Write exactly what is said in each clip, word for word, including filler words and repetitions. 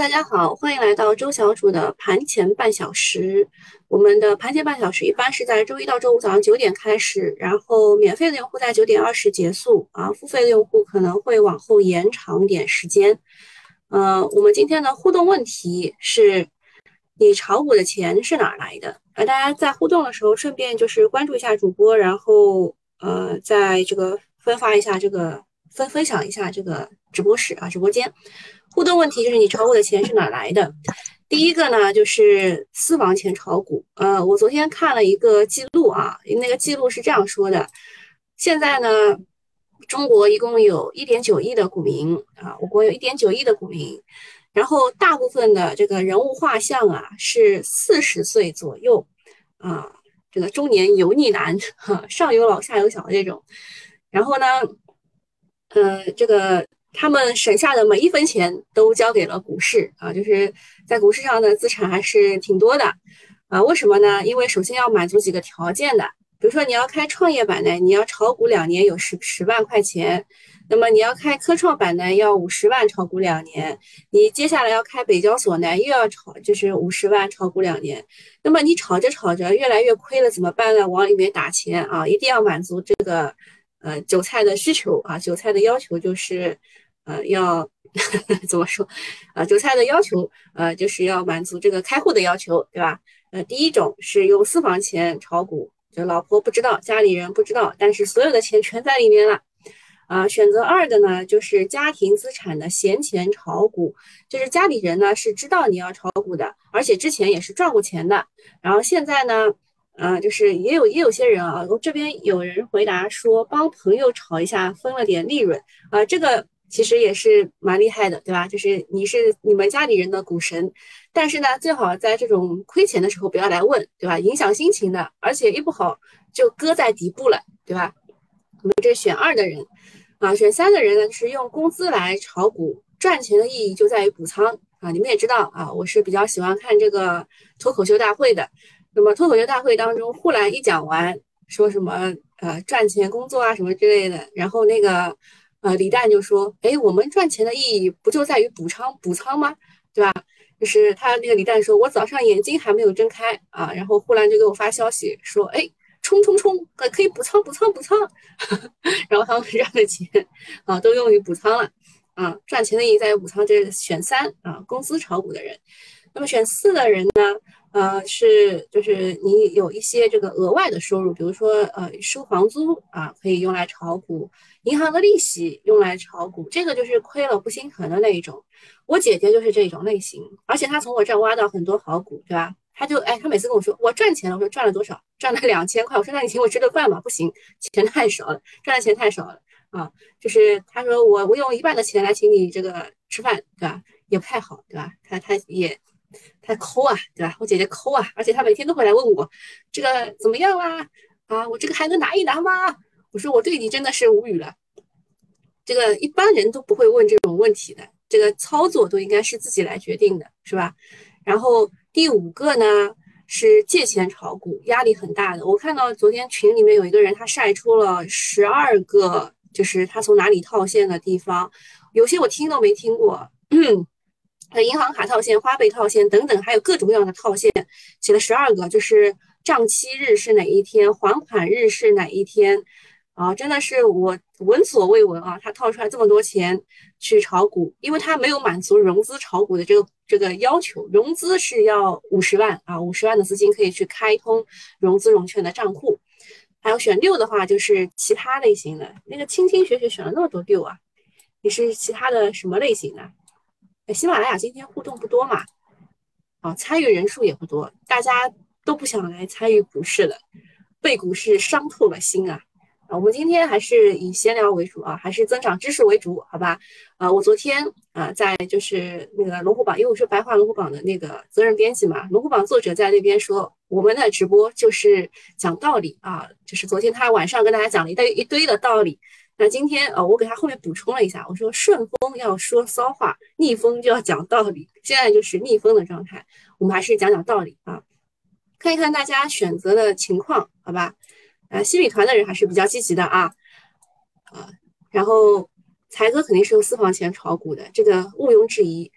家好，欢迎来到周小主的盘前半小时。我们的盘前半小时一般是在周一到周五早上九点开始，然后免费的用户在九点二十结束啊，付费的用户可能会往后延长点时间。呃，我们今天的互动问题是：你炒股的钱是哪儿来的？呃，大家在互动的时候顺便就是关注一下主播，然后呃，在这个分发一下这个分分享一下这个直播室啊，直播间。互动问题就是你炒股的钱是哪儿来的？第一个呢，就是私房钱炒股。呃，我昨天看了一个记录啊，那个记录是这样说的：现在呢，中国一共有一点九亿的股民啊，我国有一点九亿的股民，然后大部分的这个人物画像啊是四十岁左右啊，这个中年油腻男，哈，上有老下有小的这种。然后呢，呃，这个他们省下的每一分钱都交给了股市啊，就是在股市上的资产还是挺多的啊。为什么呢？因为首先要满足几个条件的，比如说你要开创业板呢，你要炒股两年有十十万块钱，那么你要开科创板呢，要五十万炒股两年，你接下来要开北交所呢，又要炒就是五十万炒股两年，那么你炒着炒着越来越亏了怎么办呢？往里面打钱啊，一定要满足这个。呃，韭菜的需求啊，韭菜的要求就是，呃，要怎么说？啊，韭菜的要求，呃，就是要满足这个开户的要求，对吧？呃，第一种是用私房钱炒股，就老婆不知道，家里人不知道，但是所有的钱全在里面了。啊，选择二的呢，就是家庭资产的闲钱炒股，就是家里人呢是知道你要炒股的，而且之前也是赚过钱的，然后现在呢。啊，就是也有也有些人啊，我这边有人回答说帮朋友炒一下，分了点利润啊，这个其实也是蛮厉害的，对吧？就是你是你们家里人的股神，但是呢，最好在这种亏钱的时候不要来问，对吧？影响心情的，而且一不好就搁在底部了，对吧？我们这选二的人啊，选三的人呢，就是用工资来炒股，赚钱的意义就在于补仓啊。你们也知道啊，我是比较喜欢看这个脱口秀大会的。那么脱口秀大会当中，忽然一讲完，说什么呃赚钱工作啊什么之类的，然后那个呃李诞就说，哎，我们赚钱的意义不就在于补仓补仓吗？对吧？就是他那个李诞说，我早上眼睛还没有睁开啊，然后忽然就给我发消息说，哎，冲冲冲，呃，可以补仓补仓补仓，然后他们赚的钱啊都用于补仓了啊，赚钱的意义在于补仓，这是选三啊，公司炒股的人。那么选四的人呢？呃，是就是你有一些这个额外的收入，比如说呃收房租啊，可以用来炒股，银行的利息用来炒股，这个就是亏了不心疼的那一种。我姐姐就是这种类型，而且她从我这儿挖到很多好股，对吧？她就哎，她每次跟我说我赚钱了，我说赚了多少？赚了两千块，我说那你请我吃顿饭吧，不行，钱太少了，赚的钱太少了啊。就是她说我我用一半的钱来请你这个吃饭，对吧？也不太好，对吧？她她也。他抠啊，对吧？我姐姐抠啊，而且她每天都会来问我这个怎么样啦？啊，我这个还能拿一拿吗？我说我对你真的是无语了，这个一般人都不会问这种问题的，这个操作都应该是自己来决定的，是吧？然后第五个呢是借钱炒股，压力很大的。我看到昨天群里面有一个人他晒出了十二个，就是他从哪里套现的地方，有些我听都没听过。呃，银行卡套现、花呗套现等等，还有各种各样的套现，写了十二个，就是账期日是哪一天，还款日是哪一天，啊，真的是我闻所未闻啊！他套出来这么多钱去炒股，因为他没有满足融资炒股的这个这个要求，融资是要五十万啊，五十万的资金可以去开通融资融券的账户。还有选六的话，就是其他类型的，那个清清雪雪选了那么多六啊，你是其他的什么类型的？喜马拉雅今天互动不多嘛，啊，参与人数也不多，大家都不想来参与股市了，被股市伤透了心啊！啊，我们今天还是以闲聊为主啊，还是增长知识为主，好吧？啊，我昨天啊，在就是那个龙虎榜，因为我是白话龙虎榜的那个责任编辑嘛，龙虎榜作者在那边说，我们的直播就是讲道理啊，就是昨天他晚上跟大家讲了一堆一堆的道理。那今天呃，我给他后面补充了一下，我说顺风要说骚话，逆风就要讲道理，现在就是逆风的状态，我们还是讲讲道理啊，看一看大家选择的情况，好吧？呃，新米团的人还是比较积极的啊，啊，然后才哥肯定是用私房钱炒股的，这个毋庸置疑。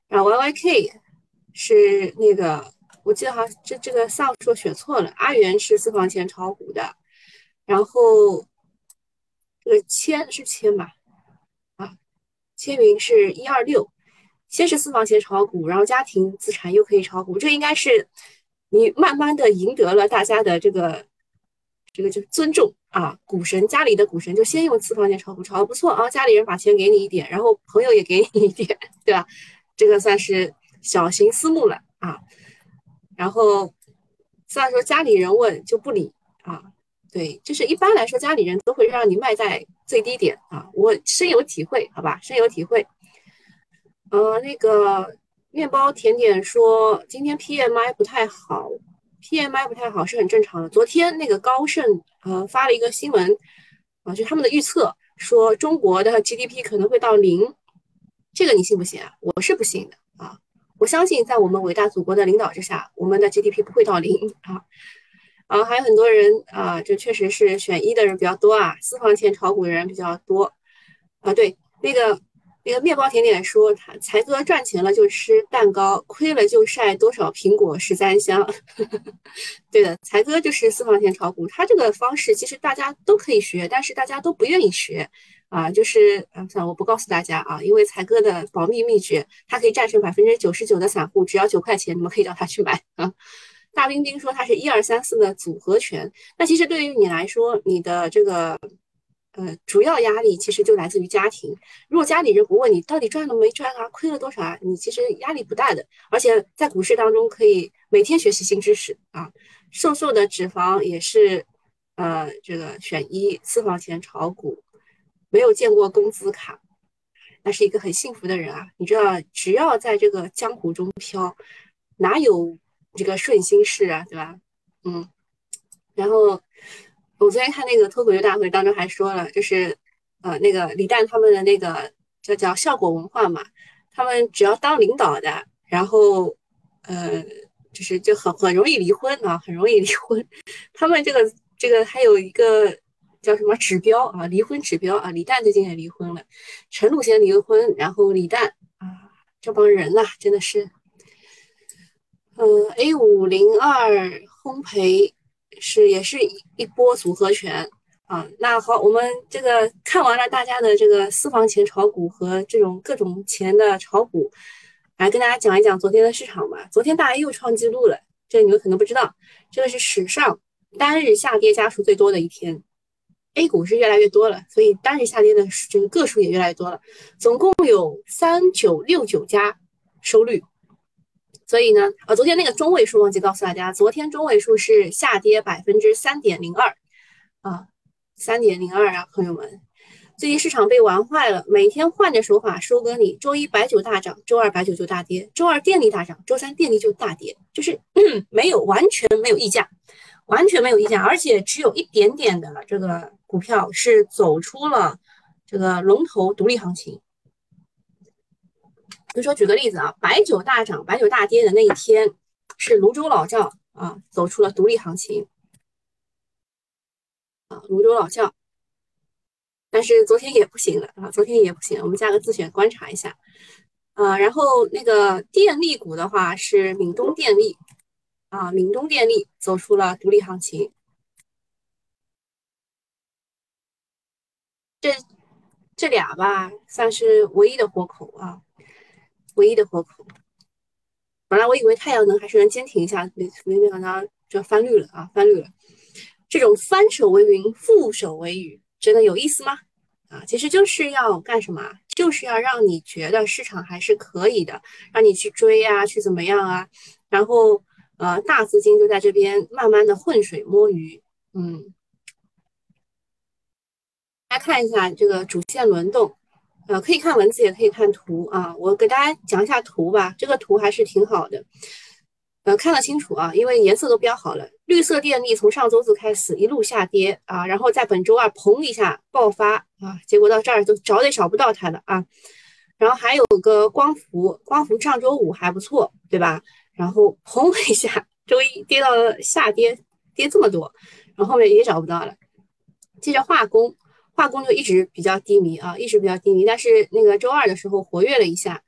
然后 Y Y K 是那个，我记得好像这这个上说选错了，阿元是私房钱炒股的，然后这个千是千吧？啊，千云是一二六，先是私房钱炒股，然后家庭资产又可以炒股，这应该是你慢慢的赢得了大家的这个这个就尊重啊。股神家里的股神就先用私房钱炒股，炒的不错啊，家里人把钱给你一点，然后朋友也给你一点，对吧？这个算是小型私募了啊。然后虽然说家里人问就不理啊，对，就是一般来说家里人都会让你卖在最低点啊，我深有体会，好吧，深有体会。呃，那个面包甜点说今天 P M I 不太好，P M I 不太好是很正常的。昨天那个高盛呃发了一个新闻啊，就他们的预测说中国的 G D P 可能会到零，这个你信不信啊？我是不信的啊。我相信在我们伟大祖国的领导之下，我们的 G D P 不会到零啊。啊，还有很多人啊，这确实是选一的人比较多啊，私房钱炒股的人比较多啊。对，那个那个面包甜点说，他才哥赚钱了就吃蛋糕，亏了就晒多少苹果十三香。对的，才哥就是私房钱炒股，他这个方式其实大家都可以学，但是大家都不愿意学啊。就是啊，算了，我不告诉大家啊，因为才哥的保密秘诀，他可以战胜百分之九十九的散户，只要九块钱，你们可以找他去买啊。大冰冰说它是一二三四的组合拳，那其实对于你来说，你的这个呃主要压力其实就来自于家庭。如果家里人不问你到底赚了没赚啊，亏了多少啊，你其实压力不大的。而且在股市当中可以每天学习新知识啊。瘦瘦的脂肪也是呃这个选一私房钱炒股，没有见过工资卡，那是一个很幸福的人啊。你知道，只要在这个江湖中飘，哪有这个顺心事啊，对吧？嗯，然后我昨天看那个脱口秀大会当中还说了，就是呃那个李诞他们的那个叫叫效果文化嘛，他们只要当领导的，然后呃就是就很很容易离婚啊，很容易离婚。他们这个这个还有一个叫什么指标啊，离婚指标啊，李诞最近也离婚了，陈露先离了婚，然后李诞啊这帮人呐、真的是。嗯，A 五零二烘焙是也是一一波组合拳啊。那好，我们这个看完了大家的这个私房钱炒股和这种各种钱的炒股，来跟大家讲一讲昨天的市场吧。昨天大 A 又创纪录了，这个你们可能不知道，这个是史上单日下跌家数最多的一天。A 股是越来越多了，所以单日下跌的这个个数也越来越多了，总共有三九六九家收绿。所以呢，呃，昨天那个中位数忘记告诉大家，昨天中位数是下跌百分之三点零二啊，三点零二啊，朋友们，最近市场被玩坏了，每天换着手法收割你。周一白酒大涨，周二白酒就大跌，周二电力大涨，周三电力就大跌，就是没有完全没有溢价，完全没有溢价，而且只有一点点的这个股票是走出了这个龙头独立行情。比如说举个例子啊，白酒大涨、白酒大跌的那一天，是泸州老窖啊走出了独立行情啊，泸州老窖。但是昨天也不行了啊，昨天也不行了，我们加个自选观察一下啊。然后那个电力股的话是闽东电力啊，闽东电力走出了独立行情，这这俩吧算是唯一的活口啊，唯一的活口。本来我以为太阳能还是能坚挺一下，没没没想到这翻绿了啊，翻绿了。这种翻手为云，覆手为雨，真的有意思吗？啊，其实就是要干什么？就是要让你觉得市场还是可以的，让你去追啊，去怎么样啊？然后呃，大资金就在这边慢慢的浑水摸鱼。嗯，大家看一下这个主线轮动，呃，可以看文字，也可以看图啊。我给大家讲一下图吧，这个图还是挺好的。呃，看得清楚啊，因为颜色都标好了。绿色电力从上周四开始一路下跌啊，然后在本周二砰一下爆发啊，结果到这儿都找也找不到它了啊。然后还有个光伏，光伏上周五还不错，对吧？然后砰一下，周一跌到了下跌，跌这么多，然后后面也找不到了。接着化工，化工就一直比较低迷啊，一直比较低迷，但是那个周二的时候活跃了一下。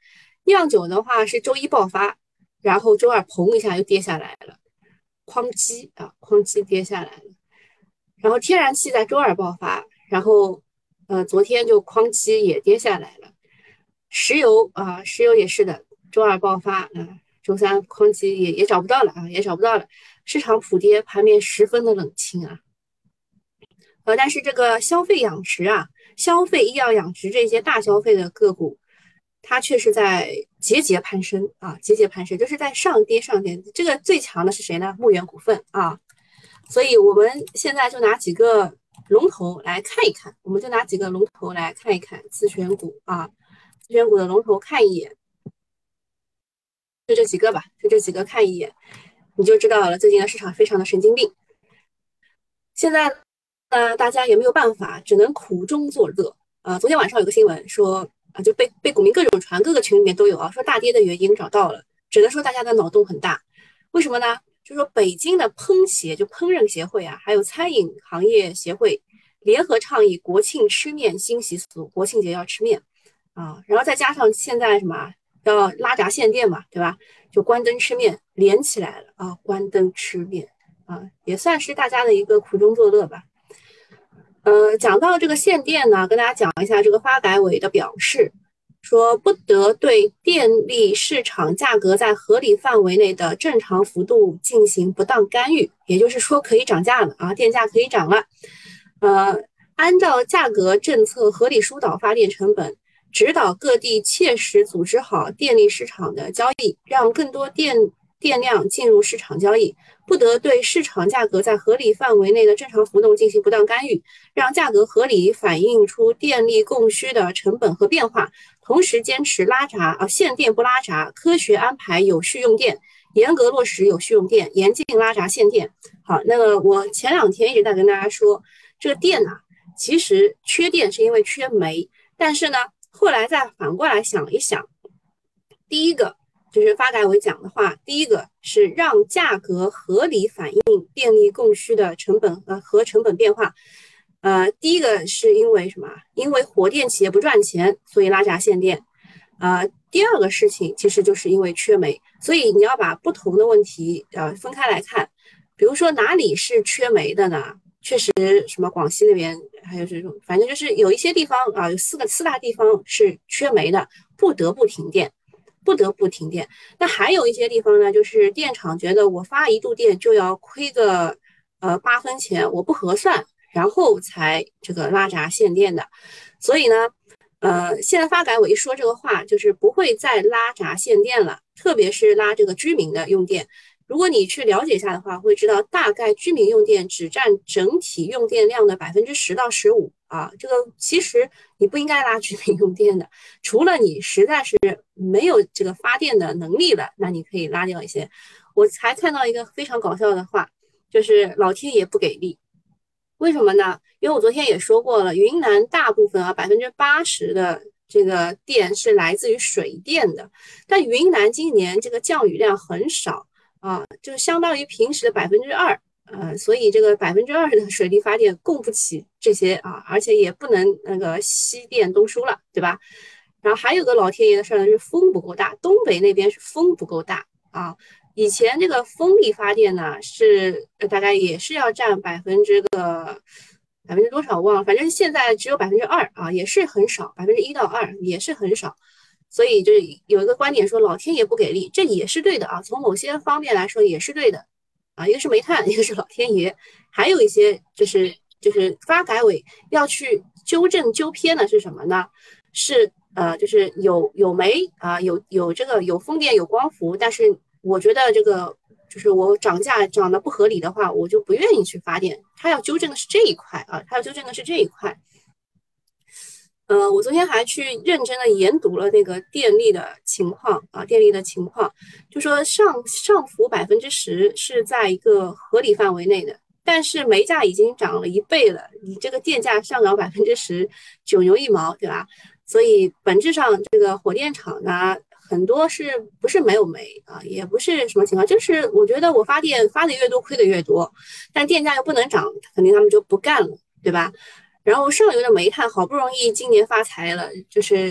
酿酒的话是周一爆发，然后周二砰一下又跌下来了，哐叽啊，哐叽跌下来了。然后天然气在周二爆发，然后呃昨天就哐叽也跌下来了。石油啊，石油也是的，周二爆发，啊、呃周三哐叽也也找不到了啊，也找不到了。市场普跌，盘面十分的冷清啊。呃，但是这个消费养殖啊，消费、医药、养殖这些大消费的个股，它却是在节节攀升啊，节节攀升，就是在上跌上跌。这个最强的是谁呢？牧原股份啊。所以我们现在就拿几个龙头来看一看，我们就拿几个龙头来看一看自选股啊，自选股的龙头看一眼，就这几个吧，就这几个看一眼，你就知道了，最近的市场非常的神经病。现在呢，大家也没有办法，只能苦中作乐啊。昨天晚上有个新闻说啊，就被被股民各种传，各个群里面都有啊，说大跌的原因找到了，只能说大家的脑洞很大。为什么呢？就说北京的烹协，就烹饪协会啊，还有餐饮行业协会联合倡议国庆吃面新习俗，国庆节要吃面啊，然后再加上现在什么要拉闸限电嘛，对吧？就关灯吃面连起来了啊，关灯吃面。啊，也算是大家的一个苦中作乐吧。呃，讲到这个限电呢，跟大家讲一下这个发改委的表示，说不得对电力市场价格在合理范围内的正常幅度进行不当干预，也就是说可以涨价了啊，电价可以涨了。呃，按照价格政策合理疏导发电成本，指导各地切实组织好电力市场的交易，让更多电电量进入市场交易，不得对市场价格在合理范围内的正常浮动进行不当干预，让价格合理反映出电力供需的成本和变化，同时坚持拉闸啊限电不拉闸，科学安排有序用电，严格落实有序用电，严禁拉闸限电。好，那个我前两天一直在跟大家说，这个电啊，其实缺电是因为缺煤，但是呢，后来再反过来想一想，第一个就是发改委讲的话，第一个是让价格合理反映电力供需的成本呃和成本变化。呃，第一个是因为什么？因为火电企业不赚钱，所以拉闸限电。呃，第二个事情其实就是因为缺煤，所以你要把不同的问题呃分开来看。比如说哪里是缺煤的呢？确实，什么广西那边还有这种，反正就是有一些地方啊，有四个四大地方是缺煤的，不得不停电。不得不停电。那还有一些地方呢，就是电厂觉得我发一度电就要亏个呃八分钱，我不合算，然后才这个拉闸限电的。所以呢，呃，现在发改委一说这个话，就是不会再拉闸限电了，特别是拉这个居民的用电。如果你去了解一下的话，会知道大概居民用电只占整体用电量的百分之十到十五啊。这个其实你不应该拉居民用电的，除了你实在是没有这个发电的能力了，那你可以拉掉一些。我还看到一个非常搞笑的话，就是老天爷不给力。为什么呢？因为我昨天也说过了，云南大部分啊，百分之八十的这个电是来自于水电的，但云南今年这个降雨量很少。啊，就相当于平时的百分之二，呃，所以这个百分之二的水力发电供不起这些啊，而且也不能那个西电东输了，对吧？然后还有个老天爷的事儿呢，就是风不够大，东北那边是风不够大啊。以前这个风力发电呢，是大概也是要占百分之个百分之多少忘了，反正现在只有百分之二啊，也是很少，百分之一到二也是很少。所以就是有一个观点说老天爷不给力，这也是对的啊，从某些方面来说也是对的啊，一个是煤炭，一个是老天爷，还有一些就是就是发改委要去纠正纠偏的是什么呢？是呃就是有有煤啊，有有这个有风电有光伏，但是我觉得这个就是我涨价涨得不合理的话，我就不愿意去发电。他要纠正的是这一块啊，他要纠正的是这一块。呃，我昨天还去认真的研读了那个电力的情况啊，电力的情况，就说上上浮百分之十是在一个合理范围内的，但是煤价已经涨了一倍了，你这个电价上涨百分之十，九牛一毛，对吧？所以本质上这个火电厂呢，很多是不是没有煤啊，也不是什么情况，就是我觉得我发电发的越多，亏的越多，但电价又不能涨，肯定他们就不干了，对吧？然后上游的煤炭好不容易今年发财了，就是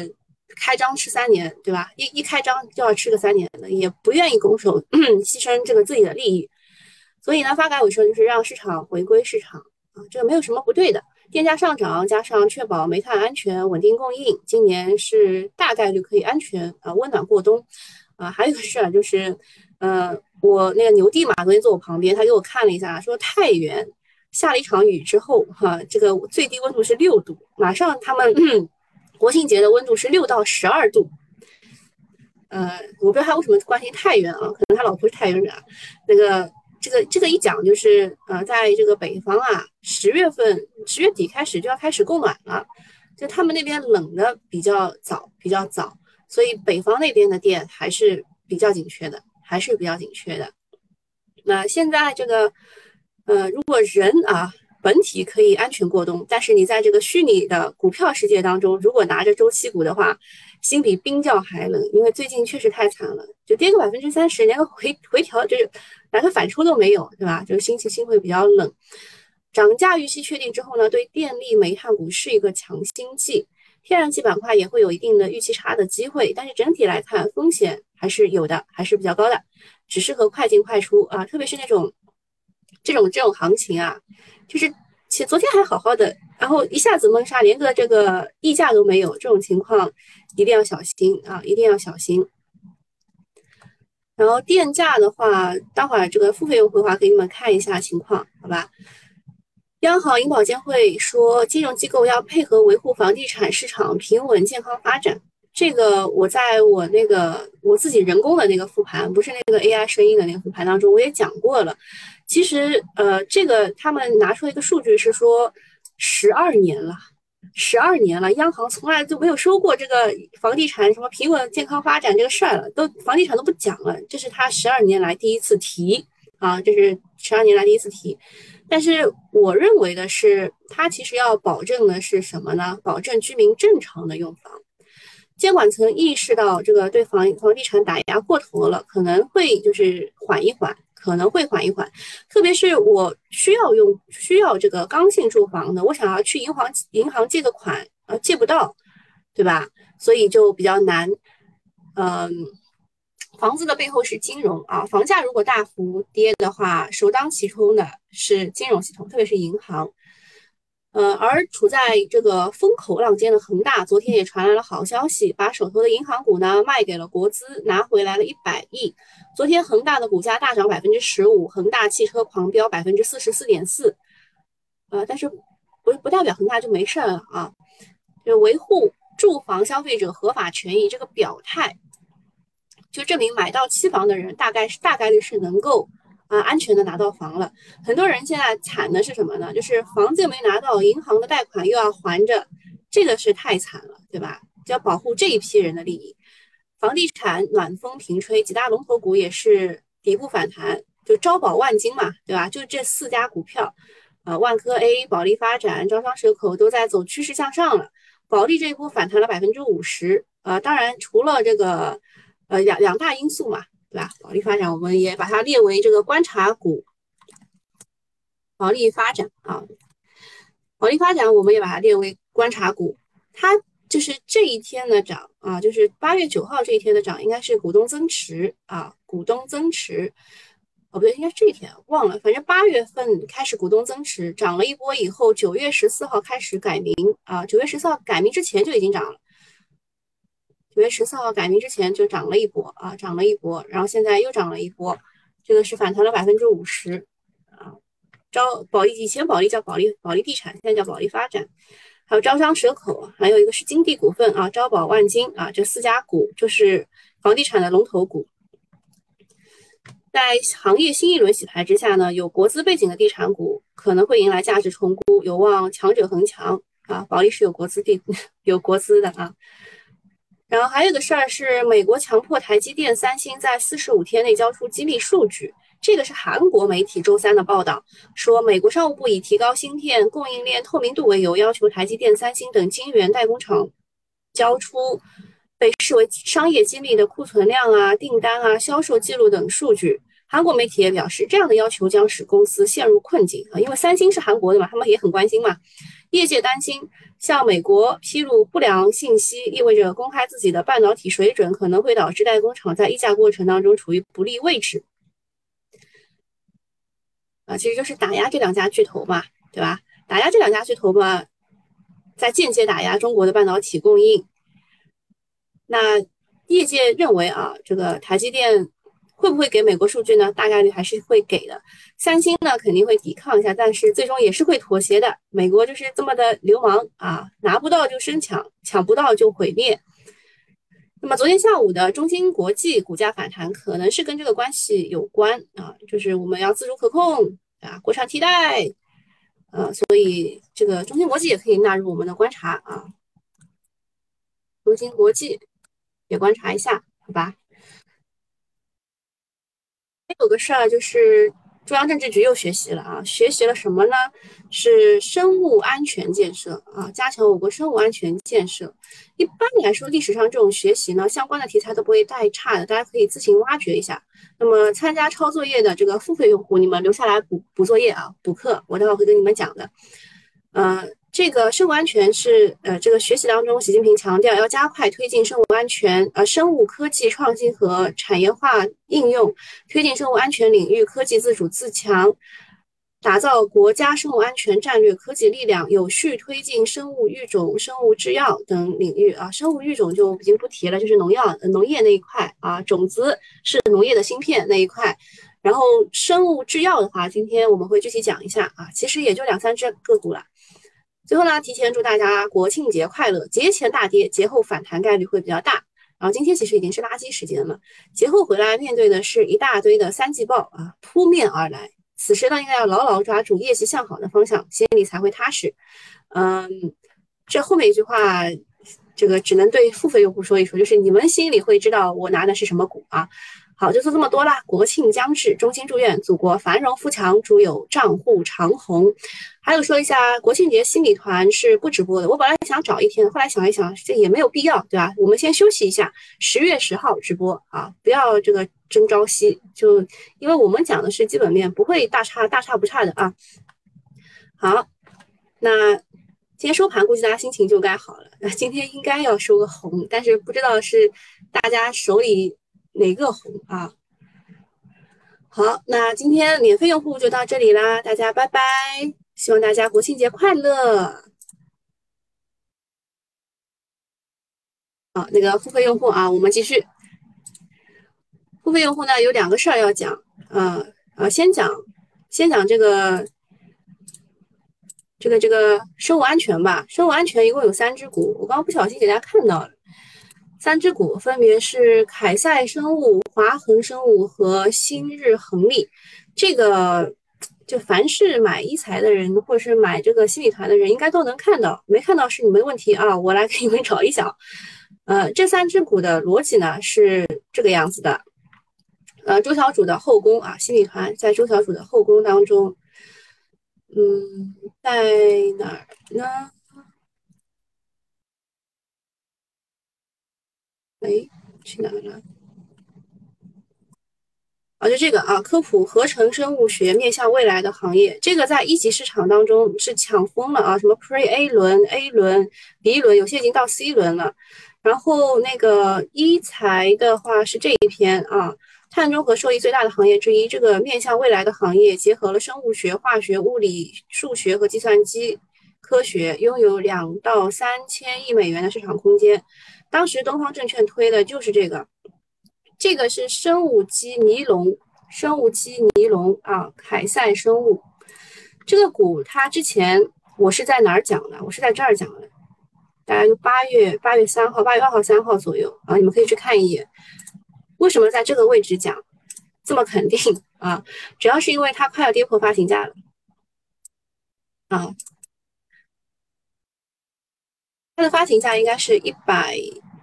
开张吃三年，对吧？一一开张就要吃个三年的，也不愿意拱手牺牲这个自己的利益。所以呢，发改委说就是让市场回归市场啊，这个没有什么不对的。电价上涨加上确保煤炭安全稳定供应，今年是大概率可以安全啊温暖过冬啊。还有一个事儿就是，呃，我那个牛弟嘛，昨天坐我旁边，他给我看了一下，说太原下了一场雨之后，哈、啊，这个最低温度是六度，马上他们、嗯、国庆节的温度是六到十二度。呃，我不知道他为什么关心太原啊，可能他老婆是太原人啊。那个这个这个一讲就是，呃，在这个北方啊，十月份十月底开始就要开始供暖了，就他们那边冷的比较早，比较早，所以北方那边的电还是比较紧缺的，还是比较紧缺的。那现在这个，呃，如果人啊本体可以安全过冬，但是你在这个虚拟的股票世界当中，如果拿着周期股的话，心比冰窖还冷，因为最近确实太惨了，就跌个百分之三十，连个回回调就是连个反抽都没有，对吧？就是心情心会比较冷。涨价预期确定之后呢，对电力、煤炭股是一个强心剂，天然气板块也会有一定的预期差的机会，但是整体来看风险还是有的，还是比较高的，只适合快进快出啊，特别是那种这种这种行情啊，就是其实昨天还好好的，然后一下子闷杀，连个这个溢价都没有，这种情况一定要小心啊，一定要小心。然后电价的话，待会儿这个付费用户的话，给你们看一下情况，好吧？央行、银保监会说，金融机构要配合维护房地产市场平稳健康发展。这个我在我那个我自己人工的那个复盘，不是那个 A I 声音的那个复盘当中，我也讲过了。其实，呃，这个他们拿出一个数据是说，十二年了，十二年了，央行从来就没有说过这个房地产什么平稳健康发展这个事儿了，都房地产都不讲了，这是他十二年来第一次提啊，这是十二年来第一次提。但是我认为的是，它其实要保证的是什么呢？保证居民正常的用房。监管层意识到这个对房房地产打压过头了，可能会就是缓一缓，可能会缓一缓。特别是我需要用需要这个刚性住房的，我想要去银行银行借个款，呃，借不到，对吧？所以就比较难。嗯。房子的背后是金融啊，房价如果大幅跌的话，首当其冲的是金融系统，特别是银行。呃，而处在这个风口浪尖的恒大，昨天也传来了好消息，把手头的银行股呢卖给了国资，拿回来了一百亿。昨天恒大的股价大涨百分之十五，恒大汽车狂飙百分之四十四点四。呃，但是不不代表恒大就没事了啊，就维护住房消费者合法权益这个表态。就证明买到期房的人大概是大概率是能够啊安全的拿到房了。很多人现在惨的是什么呢？就是房子又没拿到，银行的贷款又要还着，这个是太惨了，对吧？就要保护这一批人的利益。房地产暖风频吹，几大龙头股也是底部反弹，就招宝万金嘛，对吧？就这四家股票，呃，万科 A、保利发展、招商蛇口都在走趋势向上了。保利这一波反弹了百分之五十，呃，当然除了这个。呃，两两大因素嘛，对吧？保利发展我们也把它列为这个观察股。保利发展啊，保利发展我们也把它列为观察股。它就是这一天的涨啊，就是八月九号这一天的涨，应该是股东增持啊，股东增持。哦，不对，应该是这一天，忘了。反正八月份开始股东增持，涨了一波以后，九月十四号开始改名啊，九月十四号改名之前就已经涨了。九月十四号改名之前就涨了一波啊，涨了一波，然后现在又涨了一波，这个是反弹了百分之五十啊。招保利以前保利叫保利保利地产，现在叫保利发展，还有招商蛇口，还有一个是金地股份啊，招宝万金啊，这四家股就是房地产的龙头股。在行业新一轮洗牌之下呢，有国资背景的地产股可能会迎来价值重估，有望强者恒强啊。保利是有国资地有国资的啊。然后还有个事儿是，美国强迫台积电、三星在四十五天内交出机密数据。这个是韩国媒体周三的报道，说美国商务部以提高芯片供应链透明度为由，要求台积电、三星等晶圆代工厂交出被视为商业机密的库存量啊、订单啊、销售记录等数据。韩国媒体也表示，这样的要求将使公司陷入困境啊，因为三星是韩国的嘛，他们也很关心嘛。 业界担心，向美国披露不良信息，意味着公开自己的半导体水准可能会导致代工厂在议价过程当中处于不利位置。啊，其实就是打压这两家巨头嘛，对吧？打压这两家巨头嘛，在间接打压中国的半导体供应。那业界认为啊，这个台积电会不会给美国数据呢？大概率还是会给的。三星呢肯定会抵抗一下，但是最终也是会妥协的。美国就是这么的流氓啊，拿不到就生抢，抢不到就毁灭。那么昨天下午的中芯国际股价反弹，可能是跟这个关系有关啊，就是我们要自主可控啊，国产替代，呃，所以这个中芯国际也可以纳入我们的观察啊，中芯国际也观察一下，好吧？还有个事儿就是中央政治局又学习了啊，学习了什么呢？是生物安全建设啊，加强我国生物安全建设。一般来说，历史上这种学习呢，相关的题材都不会太差的，大家可以自行挖掘一下。那么参加抄作业的这个付费用户，你们留下来补补作业啊，补课，我待会儿会跟你们讲的。呃，这个生物安全是呃这个学习当中，习近平强调要加快推进生物安全、呃生物科技创新和产业化应用，推进生物安全领域科技自主自强，打造国家生物安全战略科技力量，有序推进生物育种、生物制药等领域啊。生物育种就已经不提了，就是农药、呃农业那一块啊，种子是农业的芯片那一块。然后生物制药的话，今天我们会具体讲一下啊，其实也就两三只个股了。最后呢，提前祝大家国庆节快乐！节前大跌，节后反弹概率会比较大。然后今天其实已经是垃圾时间了，节后回来面对的是一大堆的三季报啊扑面而来。此时呢，应该要牢牢抓住业绩向好的方向，心里才会踏实。嗯，这后面一句话，这个只能对付费用户说一说，就是你们心里会知道我拿的是什么股啊。好，就说这么多啦。国庆将至，衷心祝愿祖国繁荣富强，主有账户长红。还有说一下，国庆节新米团是不直播的。我本来想找一天，后来想一想，这也没有必要，对吧？我们先休息一下，十月十号直播啊，不要这个争朝夕，就因为我们讲的是基本面，不会大差大差不差的啊。好，那今天收盘估计大家心情就该好了。今天应该要收个红，但是不知道是大家手里哪个红啊？好，那今天免费用户就到这里啦，大家拜拜，希望大家国庆节快乐。好，那个付费用户啊，我们继续。付费用户呢有两个事儿要讲，呃呃，先讲先讲这个这个这个生物安全吧。生物安全一共有三只股，我刚刚不小心给大家看到了，三只股分别是凯赛生物、华恒生物和新日恒力。这个就凡是买一财的人，或者是买这个新米团的人，应该都能看到。没看到是你们的问题啊，我来给你们找一找。呃，这三只股的逻辑呢是这个样子的。呃，周小主的后宫啊，新米团在周小主的后宫当中，嗯，在哪儿呢？哎，去哪儿了？啊，就这个啊，科普合成生物学面向未来的行业，这个在一级市场当中是抢疯了啊，什么 Pre A 轮、A 轮、B 轮，有些已经到 C 轮了。然后那个一财的话是这一篇啊，碳中和受益最大的行业之一，这个面向未来的行业结合了生物学、化学、物理、数学和计算机科学，拥有两到三千亿美元的市场空间。当时东方证券推的就是这个。这个是生物基尼龙，生物基尼龙啊，凯赛生物这个股，它之前我是在哪儿讲的？我是在这儿讲的，大概就八月八月三号、八月二号、三号左右啊，你们可以去看一眼。为什么在这个位置讲这么肯定啊？主要是因为它快要跌破发行价了啊，它的发行价应该是一百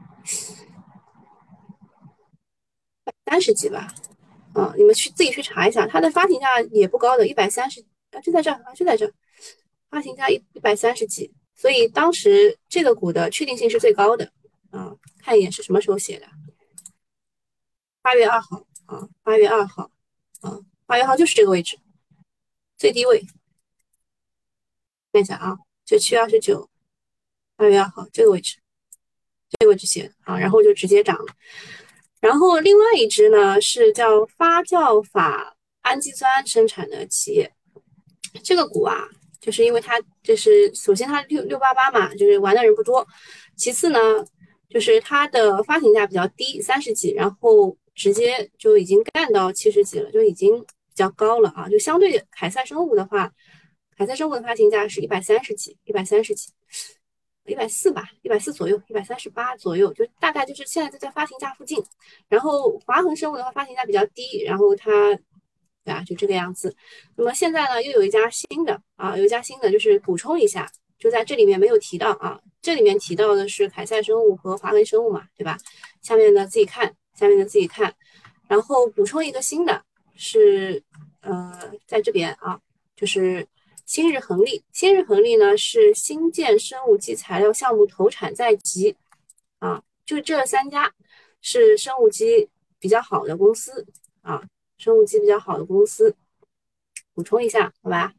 三十几吧？啊，你们去自己去查一下，它的发行价也不高的，一百三十啊，就在这儿啊，就在这儿。发行价一一百三十几，所以当时这个股的确定性是最高的啊。看一眼是什么时候写的，八月二号啊，八月二号啊，八月二号就是这个位置最低位，看一下啊， 就七月二十九，二月二号这个位置，这个位置写的啊，然后就直接涨了。然后另外一只呢是叫发酵法氨基酸生产的企业，这个股啊，就是因为它就是首先它六六八八嘛，就是玩的人不多，其次呢就是它的发行价比较低，三十几，然后直接就已经干到七十几了，就已经比较高了啊，就相对凯赛生物的话，凯赛生物的发行价是一百三十几，一百三十几。一百四吧，一百四左右，一百三十八左右，就大概就是现在就在发行价附近。然后华恒生物的话，发行价比较低，然后它，对啊，就这个样子。那么现在呢，又有一家新的啊，有一家新的，就是补充一下，就在这里面没有提到啊，这里面提到的是凯赛生物和华恒生物嘛，对吧？下面的自己看，下面的自己看，然后补充一个新的是，呃，在这边啊，就是。新日恒利，新日恒利呢是新建生物基材料项目投产在即啊，就这三家是生物基比较好的公司啊，生物基比较好的公司，补充一下，好吧？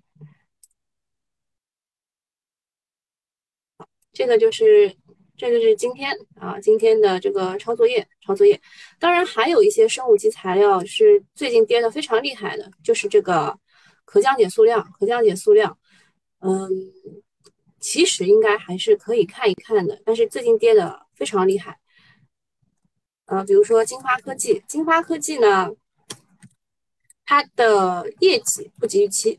这个就是这个是今天啊，今天的这个抄作业，抄作业。当然还有一些生物基材料是最近跌的非常厉害的，就是这个可降解塑料，可降解塑料。嗯，其实应该还是可以看一看的，但是最近跌的非常厉害。呃，比如说金花科技，金花科技呢，它的业绩不及预期，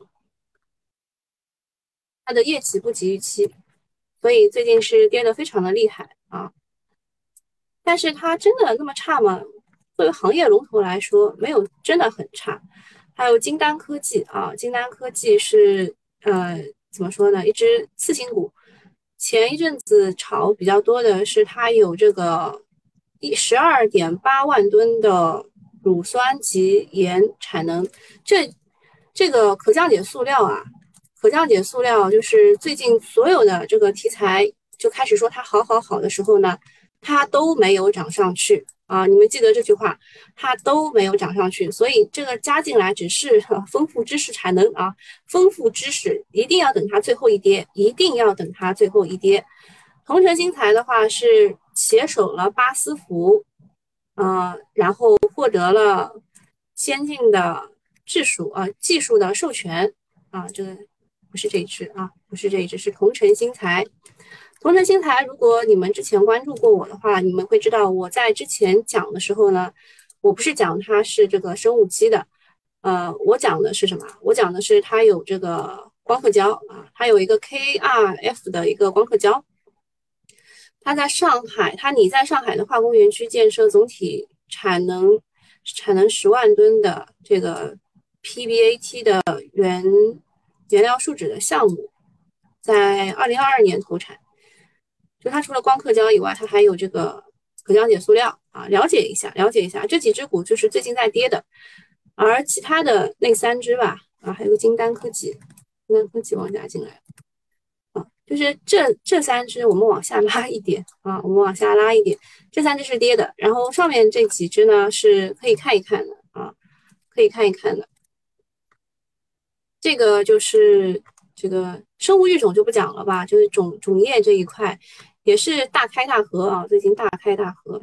它的业绩不及预期，所以最近是跌的非常的厉害啊。但是它真的那么差吗？作为行业龙头来说，没有真的很差。还有金丹科技啊，金丹科技是呃怎么说呢？一只次新股。前一阵子炒比较多的是它有这个一十二点八万吨的乳酸及盐产能，这这个可降解塑料啊，可降解塑料就是最近所有的这个题材就开始说它好好好的时候呢。它都没有涨上去啊！你们记得这句话，它都没有涨上去，所以这个加进来只是丰富知识产能啊，丰富知识一定要等它最后一跌，一定要等它最后一跌。同城新材的话是携手了巴斯夫，呃，然后获得了先进的技术啊、呃、技术的授权啊，这个不是这一支啊，不是这一支，是同城新材。同城新材，如果你们之前关注过我的话，你们会知道我在之前讲的时候呢，我不是讲它是这个生物基的，呃，我讲的是什么？我讲的是它有这个光刻胶啊，它有一个 K R F 的一个光刻胶，它在上海，它拟在上海的化工园区建设总体产能产能十万吨的这个 P B A T 的原原料树脂的项目，在二零二二年投产。就它除了光刻胶以外，它还有这个可降解塑料啊，了解一下，了解一下这几只股就是最近在跌的，而其他的那三只吧，啊，还有个金丹科技，金丹科技往下进来啊，就是这这三只我们往下拉一点啊，我们往下拉一点，这三只是跌的，然后上面这几只呢是可以看一看的啊，可以看一看的，这个就是这个生物育种就不讲了吧，就是种种业这一块也是大开大合啊，最近大开大合。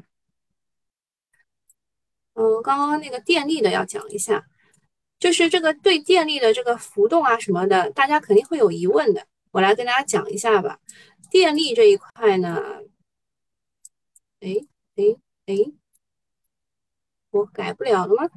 嗯，刚刚那个电力的要讲一下，就是这个对电力的这个浮动啊什么的，大家肯定会有疑问的，我来跟大家讲一下吧。电力这一块呢，哎哎哎，我改不了了吗？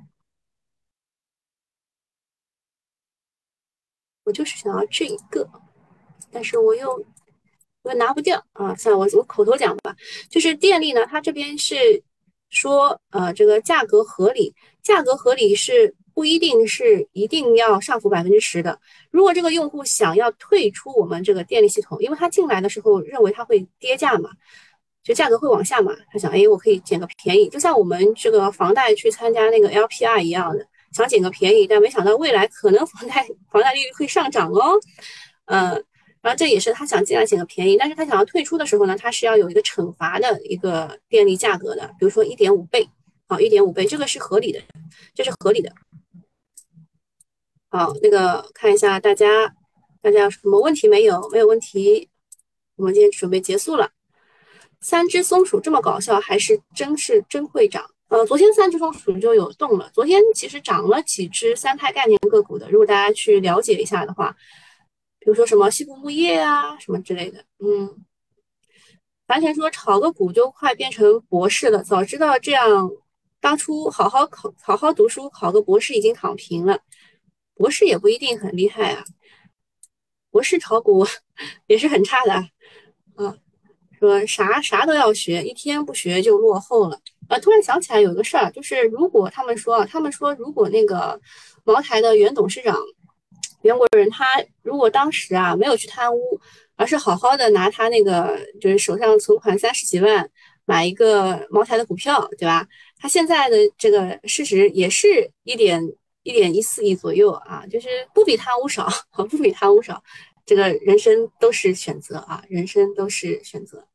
我就是想要这一个，但是我又我拿不掉啊，算了，我我口头讲吧。就是电力呢，它这边是说，呃，这个价格合理，价格合理是不一定是一定要上浮百分之十的。如果这个用户想要退出我们这个电力系统，因为他进来的时候认为它会跌价嘛，就价格会往下嘛，他想，哎，我可以捡个便宜，就像我们这个房贷去参加那个 L P R 一样的，想捡个便宜，但没想到未来可能房贷房贷利率会上涨哦，呃。然后这也是他想进来捡个便宜，但是他想要退出的时候呢，他是要有一个惩罚的一个电力价格的，比如说一点五倍，好，一点五倍，这个是合理的，这是合理的。好，那个看一下大家大家有什么问题没有？没有问题，我们今天准备结束了。三只松鼠这么搞笑，还是真是真会涨。呃，昨天三只松鼠就有动了，昨天其实涨了几只三胎概念个股的，如果大家去了解一下的话，比如说什么西部牧业啊什么之类的，嗯，樊晨说炒个股就快变成博士了，早知道这样，当初好好考好好读书，考个博士已经躺平了，博士也不一定很厉害啊，博士炒股也是很差的啊。啊说啥啥都要学，一天不学就落后了。呃，突然想起来有一个事儿，就是如果他们说，他们说如果那个茅台的原董事长袁国人他如果当时啊没有去贪污，而是好好的拿他那个就是手上存款三十几万买一个茅台的股票，对吧？他现在的这个市值也是一点一点一四亿左右啊，就是不比贪污少，不比贪污少。这个人生都是选择啊，人生都是选择。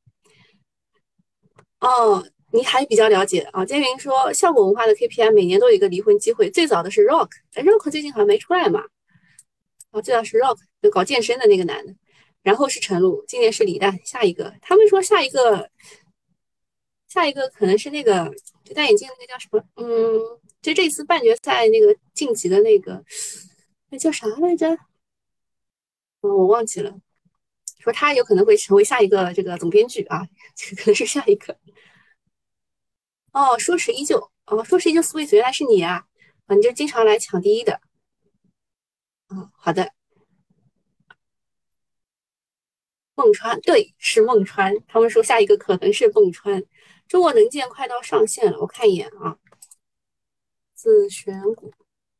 哦，你还比较了解啊？建云说，效果文化的 K P I 每年都有一个离婚机会，最早的是 Rock，哎，Rock 最近好像没出来嘛。哦，最早是 Rock，就搞健身的那个男的，然后是陈露，今年是李诞，下一个他们说下一个下一个可能是那个就戴眼镜那个叫什么？嗯，就这次半决赛那个晋级的那个，那叫啥来着？嗯，我忘记了。说他有可能会成为下一个这个总编剧啊，这可能是下一个。哦，说时依旧，哦，说时依旧，Sweet 原来是你啊！啊，你就经常来抢第一的。啊，好的，孟川，对，是孟川。他们说下一个可能是孟川。中国能建快到上线了，我看一眼啊。自选股，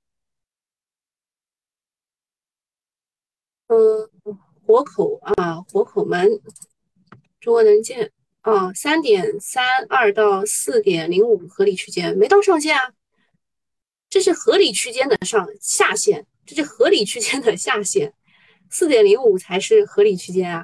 嗯，活口啊，活口门，中国能建啊，三点三二到四点零五合理区间，没到上限啊，这是合理区间的上下限，这是合理区间的下限，四点零五才是合理区间啊，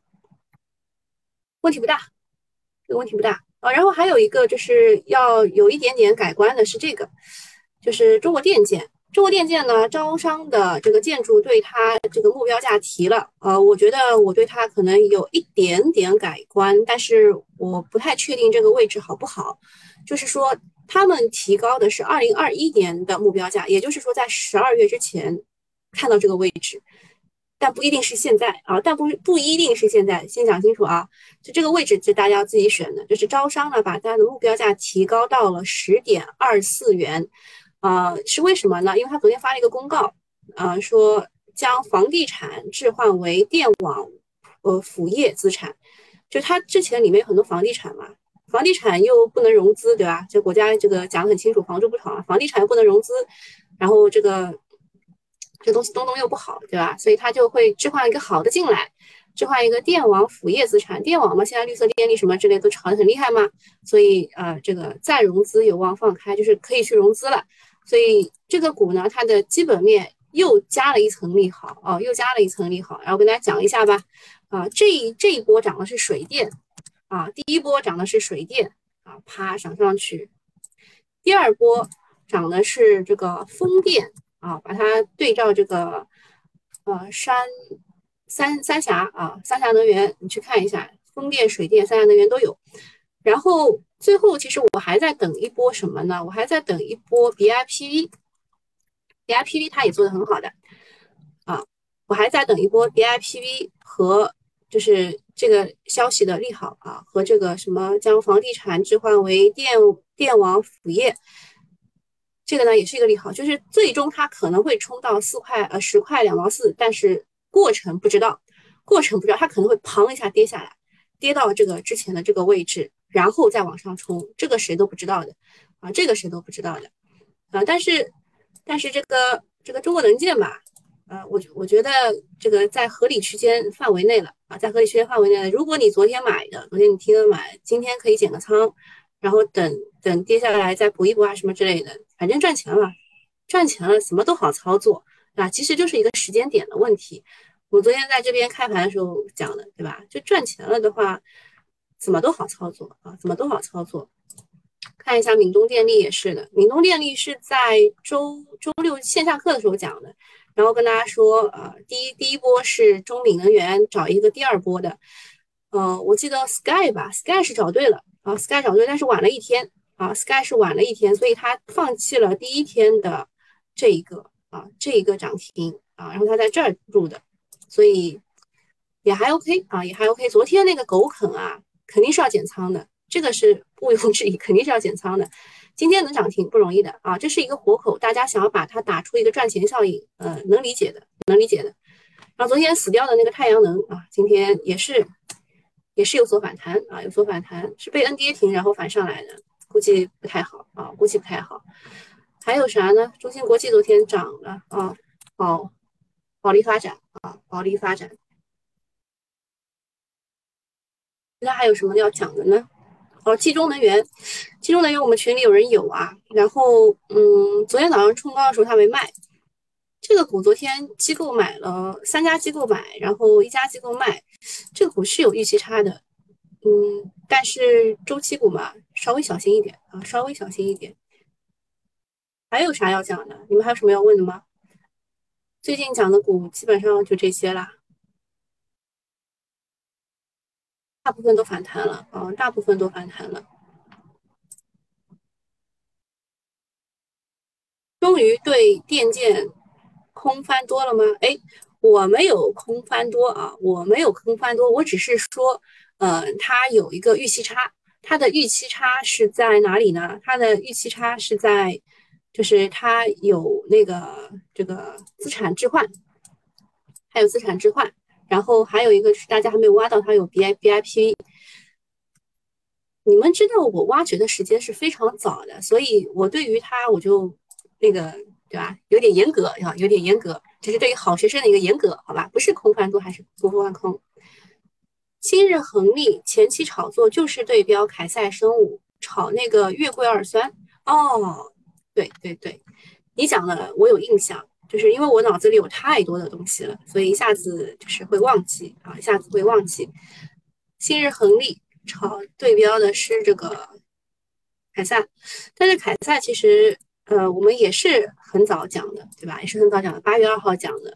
问题不大。这个问题不大啊。然后还有一个就是要有一点点改观的是这个，就是中国电建。中国电建呢，招商的这个建筑对它这个目标价提了，呃，我觉得我对它可能有一点点改观，但是我不太确定这个位置好不好。就是说，他们提高的是二零二一年的目标价，也就是说在十二月之前看到这个位置。但不一定是现在啊，但不不一定是现在，先讲清楚啊。就这个位置是大家要自己选的，就是招商呢把它的目标价提高到了十点二四元，呃，是为什么呢？因为他昨天发了一个公告，呃，说将房地产置换为电网呃辅业资产，就它之前里面有很多房地产嘛，房地产又不能融资，对吧？这国家这个讲得很清楚，房住不炒啊，房地产又不能融资，然后这个这东西东东又不好，对吧？所以它就会置换一个好的进来，置换一个电网辅业资产。电网嘛，现在绿色电力什么之类都炒得很厉害嘛，所以呃，这个再融资有望放开，就是可以去融资了。所以这个股呢，它的基本面又加了一层利好啊、哦，又加了一层利好。然后跟大家讲一下吧，啊、这一这一波涨的是水电啊，第一波涨的是水电啊，啪涨上去，第二波涨的是这个风电啊，把它对照这个呃山三三峡啊，三峡能源，你去看一下，风电、水电、三峡能源都有。然后最后其实我还在等一波什么呢？我还在等一波 B I P V，B I P V 它也做得很好的啊，我还在等一波 B I P V 和就是这个消息的利好啊，和这个什么将房地产置换为电电网辅业。这个呢也是一个利好，就是最终它可能会冲到四块呃十块两毛四，但是过程不知道，过程不知道，它可能会砰一下跌下来，跌到这个之前的这个位置，然后再往上冲，这个谁都不知道的啊，这个谁都不知道的啊，但是但是这个这个中国能建吧，呃，我我觉得这个在合理区间范围内了啊，在合理区间范围内了，如果你昨天买的，昨天你提前买，今天可以减个仓，然后等等跌下来再补一补啊什么之类的，反正赚钱了，赚钱了什么都好操作啊，其实就是一个时间点的问题。我昨天在这边开盘的时候讲的，对吧？就赚钱了的话，怎么都好操作啊，怎么都好操作。看一下闽东电力也是的，闽东电力是在周周六线下课的时候讲的， 然后跟大家说，呃，第一第一波是中闽能源找一个第二波的，呃，我记得 Sky 吧，Sky 是找对了啊，Sky 找对，但是晚了一天啊，Sky 是晚了一天，所以它放弃了第一天的这一个啊这一个涨停啊，然后它在这儿入的，所以也还 OK 啊，也还 OK。昨天那个狗啃啊，肯定是要减仓的，这个是毋庸置疑，肯定是要减仓的。今天能涨停不容易的啊，这是一个活口，大家想要把它打出一个赚钱效应，呃，能理解的，能理解的。然后昨天死掉的那个太阳能啊，今天也是也是有所反弹啊，有所反弹，是被 N 跌停然后反上来的，估计不太好啊，估计不太好。还有啥呢？中芯国际昨天涨了啊，保保利发展啊，保利发展。那还有什么要讲的呢？哦，冀中能源，冀中能源我们群里有人有啊，然后嗯，昨天早上冲高的时候他没卖，这个股昨天机构买了三家机构买，然后一家机构卖，这个股是有预期差的，嗯，但是周期股嘛，稍微小心一点啊，稍微小心一点。还有啥要讲的？你们还有什么要问的吗？最近讲的股基本上就这些啦，大部分都反弹了啊，大部分都反弹了。终于对电建空翻多了吗？哎，我没有空翻多啊，我没有空翻多，我只是说，呃，它有一个预期差，它的预期差是在哪里呢？它的预期差是在，就是它有那个这个资产置换，还有资产置换，然后还有一个是大家还没有挖到，它有 B I B I P。你们知道我挖掘的时间是非常早的，所以我对于它我就那个对吧，有点严格啊，有点严格，这是对于好学生的一个严格，好吧？不是空翻多还是多翻空。今日恒利前期炒作就是对标凯赛生物炒那个月桂二酸。哦，对对对，你讲的我有印象，就是因为我脑子里有太多的东西了，所以一下子就是会忘记啊，一下子会忘记。新日恒利炒对标的是这个凯撒，但是凯撒其实呃我们也是很早讲的，对吧？也是很早讲的，八月二号讲的，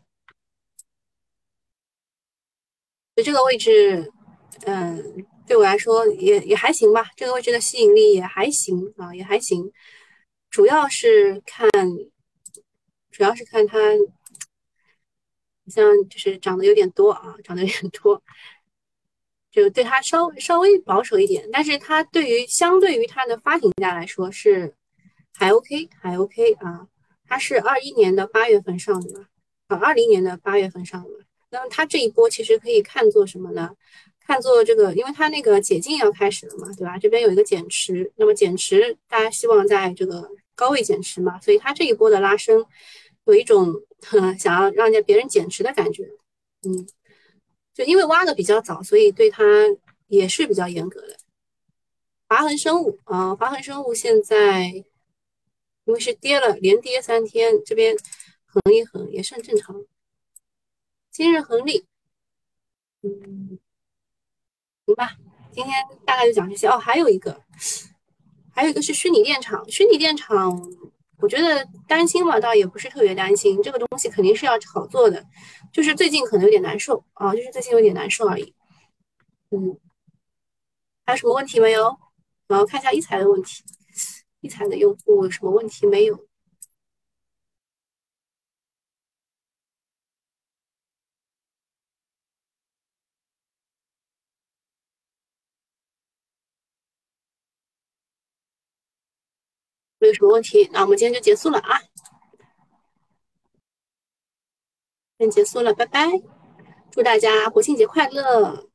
所以这个位置，嗯、对我来说也也还行吧，这个位置的吸引力也还行啊，也还行，主要是看主要是看它好像就是涨得有点多啊，涨得有点多，就对它稍稍微保守一点，但是它对于相对于它的发行价来说是还 OK，还 OK 啊。它是二一年的八月份上的嘛，啊，二零年的八月份上的嘛。那么它这一波其实可以看作什么呢？看作这个，因为它那个解禁要开始了嘛，对吧？这边有一个减持，那么减持大家希望在这个高位减持嘛，所以它这一波的拉升有一种呵想要让人家别人减持的感觉，嗯。就因为挖的比较早，所以对它也是比较严格的。华恒生物啊、呃华恒生物现在因为是跌了，连跌三天，这边横一横也算正常。今日恒利，嗯，行吧，今天大概就讲这些哦。还有一个，还有一个是虚拟电厂，虚拟电厂，我觉得担心嘛，倒也不是特别担心，这个东西肯定是要炒作的，就是最近可能有点难受啊，就是最近有点难受而已。嗯，还有什么问题没有？然后看一下一财的问题，一财的用户有什么问题没有？没有什么问题，那我们今天就结束了啊，今天结束了，拜拜，祝大家国庆节快乐！